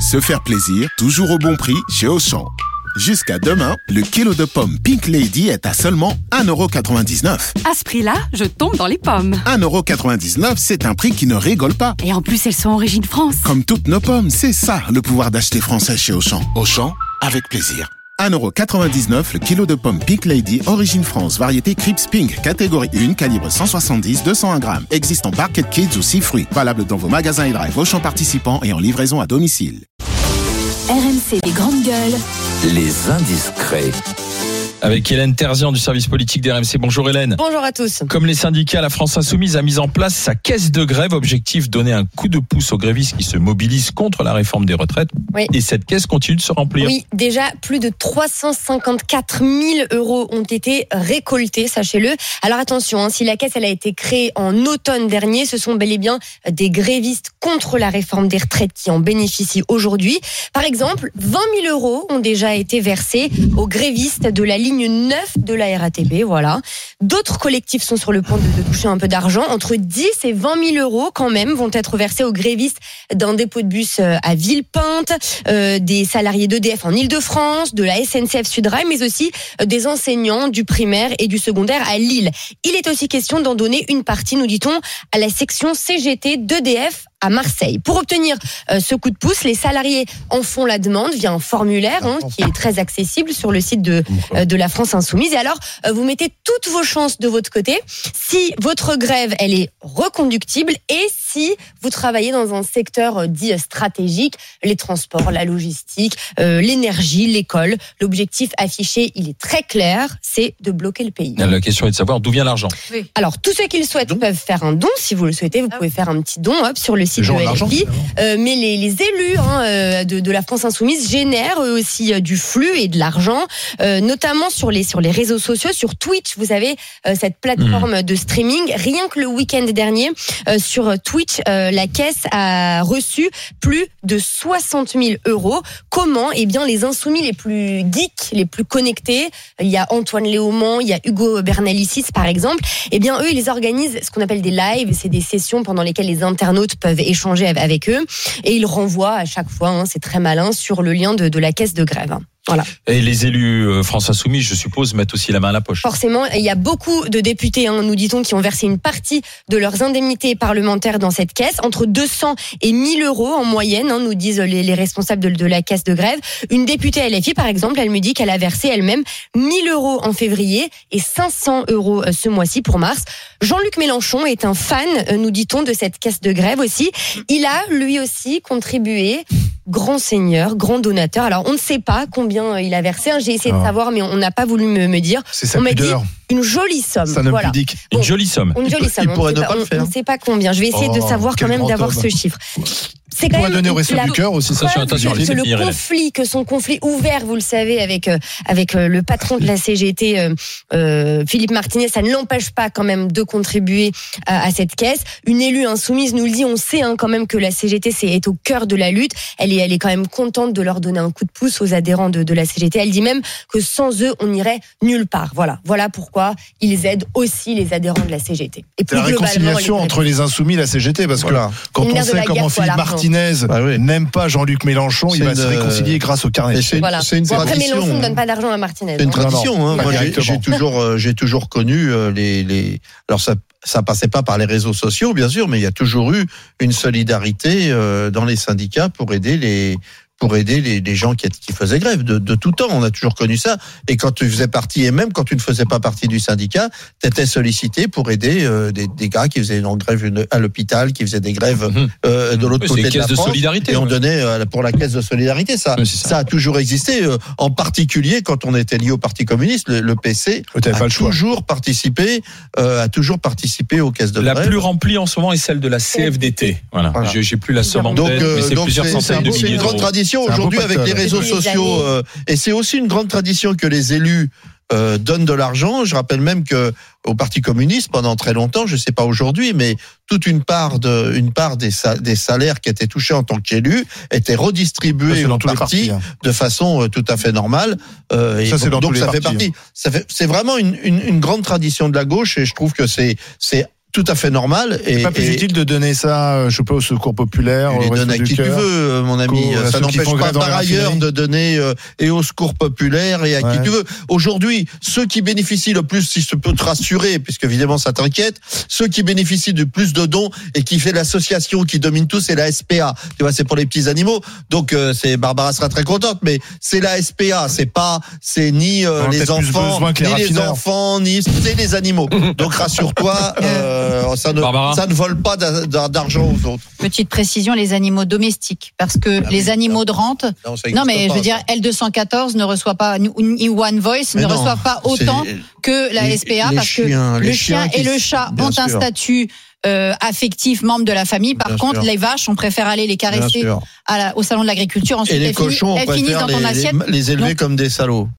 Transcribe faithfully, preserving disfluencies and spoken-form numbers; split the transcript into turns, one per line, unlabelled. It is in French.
Se faire plaisir, toujours au bon prix chez Auchan. Jusqu'à demain, le kilo de pommes Pink Lady est à seulement un euro quatre-vingt-dix-neuf.
À ce prix-là, je tombe dans les pommes.
un euro quatre-vingt-dix-neuf, c'est un prix qui ne rigole pas.
Et en plus, elles sont origine France.
Comme toutes nos pommes, c'est ça le pouvoir d'acheter français chez Auchan. Auchan, avec plaisir. un euro quatre-vingt-dix-neuf le kilo de pommes Pink Lady, origine France, variété Crips Pink, catégorie un, calibre cent soixante-dix à deux cent un grammes. Existe en Barquette Kids ou six fruits. Valable dans vos magasins et drive Auchan participants et en livraison à domicile.
R M C Les Grandes Gueules.
Les indiscrets.
Avec Hélène Terzian du service politique d'R M C. Bonjour Hélène.
Bonjour à tous.
Comme les syndicats, la France Insoumise a mis en place sa caisse de grève. Objectif, donner un coup de pouce aux grévistes qui se mobilisent contre la réforme des retraites.
Oui.
Et cette caisse continue de se remplir.
Oui, déjà plus de trois cent cinquante-quatre mille euros ont été récoltés, sachez-le. Alors attention, hein, si la caisse elle a été créée en automne dernier, ce sont bel et bien des grévistes contre la réforme des retraites qui en bénéficient aujourd'hui. Par exemple, vingt mille euros ont déjà été versés aux grévistes de la ligne neuf de la R A T B, voilà. D'autres collectifs sont sur le point de, de toucher un peu d'argent. Entre dix et vingt mille euros, quand même, vont être versés aux grévistes d'un dépôt de bus à Villepinte, euh, des salariés d'E D F en Ile-de-France, de la S N C F Sudrail, mais aussi des enseignants du primaire et du secondaire à Lille. Il est aussi question d'en donner une partie, nous dit-on, à la section C G T d'E D F à Marseille. Pour obtenir euh, ce coup de pouce, les salariés en font la demande via un formulaire hein, qui est très accessible sur le site de, euh, de la France Insoumise. Et alors, euh, vous mettez toutes vos chances de votre côté si votre grève, elle est reconductible et si vous travaillez dans un secteur euh, dit stratégique, les transports, la logistique, euh, l'énergie, l'école. L'objectif affiché, il est très clair, c'est de bloquer le pays.
La question est de savoir d'où vient l'argent.
Oui. Alors, tous ceux qui le souhaitent don. peuvent faire un don. Si vous le souhaitez, vous ah pouvez oui. faire un petit don hop, sur le site de L F I. Euh, mais les, les élus hein, de, de la France Insoumise génèrent eux aussi euh, du flux et de l'argent, euh, notamment sur les, sur les réseaux sociaux, sur Twitch. Vous avez euh, cette plateforme mmh. de streaming. Rien que le week-end dernier, euh, sur Twitch, euh, la caisse a reçu plus de soixante mille euros. Comment ? Eh bien, les insoumis les plus geeks, les plus connectés, il y a Antoine Léaumont, il y a Hugo Bernalicis par exemple, eh bien, eux, ils organisent ce qu'on appelle des lives. C'est des sessions pendant lesquelles les internautes peuvent échanger avec eux et ils renvoient à chaque fois, hein, c'est très malin, sur le lien de, de la caisse de grève. Hein. Voilà.
Et les élus euh, France Insoumise, je suppose, mettent aussi la main à la poche.
Forcément, il y a beaucoup de députés, hein, nous dit-on, qui ont versé une partie de leurs indemnités parlementaires dans cette caisse, entre deux cents et mille euros en moyenne, hein, nous disent les, les responsables de, de la caisse de grève. Une députée L F I, par exemple, elle me dit qu'elle a versé elle-même mille euros en février et cinq cents euros ce mois-ci pour mars. Jean-Luc Mélenchon est un fan, nous dit-on, de cette caisse de grève aussi. Il a, lui aussi, contribué. Grand seigneur, grand donateur. Alors, on ne sait pas combien il a versé. J'ai essayé ah. de savoir, mais on n'a pas voulu me, me dire.
C'est sa
on m'a
pudeur.
dit une jolie somme.
Ça ne
voilà.
pudique.
Une bon, jolie somme.
Une jolie somme.
Il pourrait ne
pas,
pas
on,
le faire.
On ne sait pas combien. Je vais essayer
oh,
de savoir quand même d'avoir
homme.
ce chiffre. C'est
quand même donner au Réseau du Cœur aussi.
Ça, attention, que le conflit, que son conflit ouvert, vous le savez, avec euh, avec euh, le patron de la C G T, euh, euh, Philippe Martinez, ça ne l'empêche pas quand même de contribuer à, à cette caisse. Une élue insoumise nous le dit, on sait hein, quand même que la C G T c'est, est au cœur de la lutte. Elle est, elle est quand même contente de leur donner un coup de pouce aux adhérents de, de la C G T. Elle dit même que sans eux, on n'irait nulle part. Voilà, voilà pourquoi ils aident aussi les adhérents de la C G T.
Et plus la réconciliation les entre les insoumis et la C G T, parce voilà. que quand on sait comment Philippe Martinez ah oui. n'aime pas Jean-Luc Mélenchon, c'est il va une, se réconcilier grâce au carnet.
C'est une, voilà. c'est une bon, après Mélenchon ne donne pas d'argent à Martinez.
C'est une
hein.
tradition. Hein. Moi, j'ai, j'ai toujours, euh, j'ai toujours connu euh, les, les. Alors ça, ça passait pas par les réseaux sociaux, bien sûr, mais il y a toujours eu une solidarité euh, dans les syndicats pour aider les. pour aider les, les gens qui, qui faisaient grève de, de tout temps. On a toujours connu ça. Et quand tu faisais partie, et même quand tu ne faisais pas partie du syndicat, tu étais sollicité pour aider euh, des, des gars qui faisaient une grève une, à l'hôpital, qui faisaient des grèves euh, de l'autre
oui,
côté de la
de
France.
Solidarité,
et on
ouais.
donnait euh, pour la caisse de solidarité. Ça, oui, ça. ça a toujours existé. Euh, en particulier quand on était lié au Parti communiste, le, le P C a
pas
toujours participé, euh, a toujours participé aux caisses de
la
grève.
La plus remplie en ce moment est celle de la C F D T. Voilà. voilà. J'ai, j'ai plus la somme en tête,
euh,
mais c'est
donc
plusieurs
c'est,
centaines de milliers d'euros.
C'est une grande tradition aujourd'hui avec les réseaux sociaux euh, et c'est aussi une grande tradition que les élus euh, donnent de l'argent. Je rappelle même que au Parti communiste pendant très longtemps, je sais pas aujourd'hui, mais toute une part de une part des, des salaires qui étaient touchés en tant qu'élus étaient redistribués au parti partis, hein. de façon euh, tout à fait normale. Euh,
ça,
et
c'est
donc,
dans
donc
tous
ça
les
fait
partis,
partie.
hein.
Ça fait c'est vraiment une, une une grande tradition de la gauche et je trouve que c'est c'est tout à fait normal.
Et, c'est pas plus et, utile de donner ça, je sais pas, au Secours populaire,
au Resto du Cœur. Tu veux, mon ami. Cours, ça n'empêche pas par ailleurs de donner euh, et au Secours populaire et à ouais. qui tu veux. Aujourd'hui, ceux qui bénéficient le plus, si je peux te rassurer, puisque évidemment ça t'inquiète, ceux qui bénéficient du plus de dons et qui fait l'association qui domine tout, c'est la S P A. Tu vois, c'est pour les petits animaux. Donc euh, c'est Barbara sera très contente, mais c'est la S P A. C'est pas, c'est ni euh, les enfants, ni les, les enfants, ni c'est les animaux. Donc rassure-toi. Euh, Euh, ça, ne, ça ne vole pas d'argent aux autres.
Petite précision, les animaux domestiques, parce que ah les oui, animaux non. de rente, non, non mais pas, je veux dire, L deux cent quatorze ne reçoit pas, ni One Voice mais ne non, reçoit pas autant que la les, S P A, parce chiens, que le chien et le chat ont sûr. un statut euh, affectif, membre de la famille. Par bien contre, sûr. les vaches, on préfère aller les caresser à la, au salon de l'agriculture. Ensuite,
et les
elles
cochons,
finissent,
on
elles finissent dans ton
les,
assiette.
Les, les élever
Donc,
comme des salauds.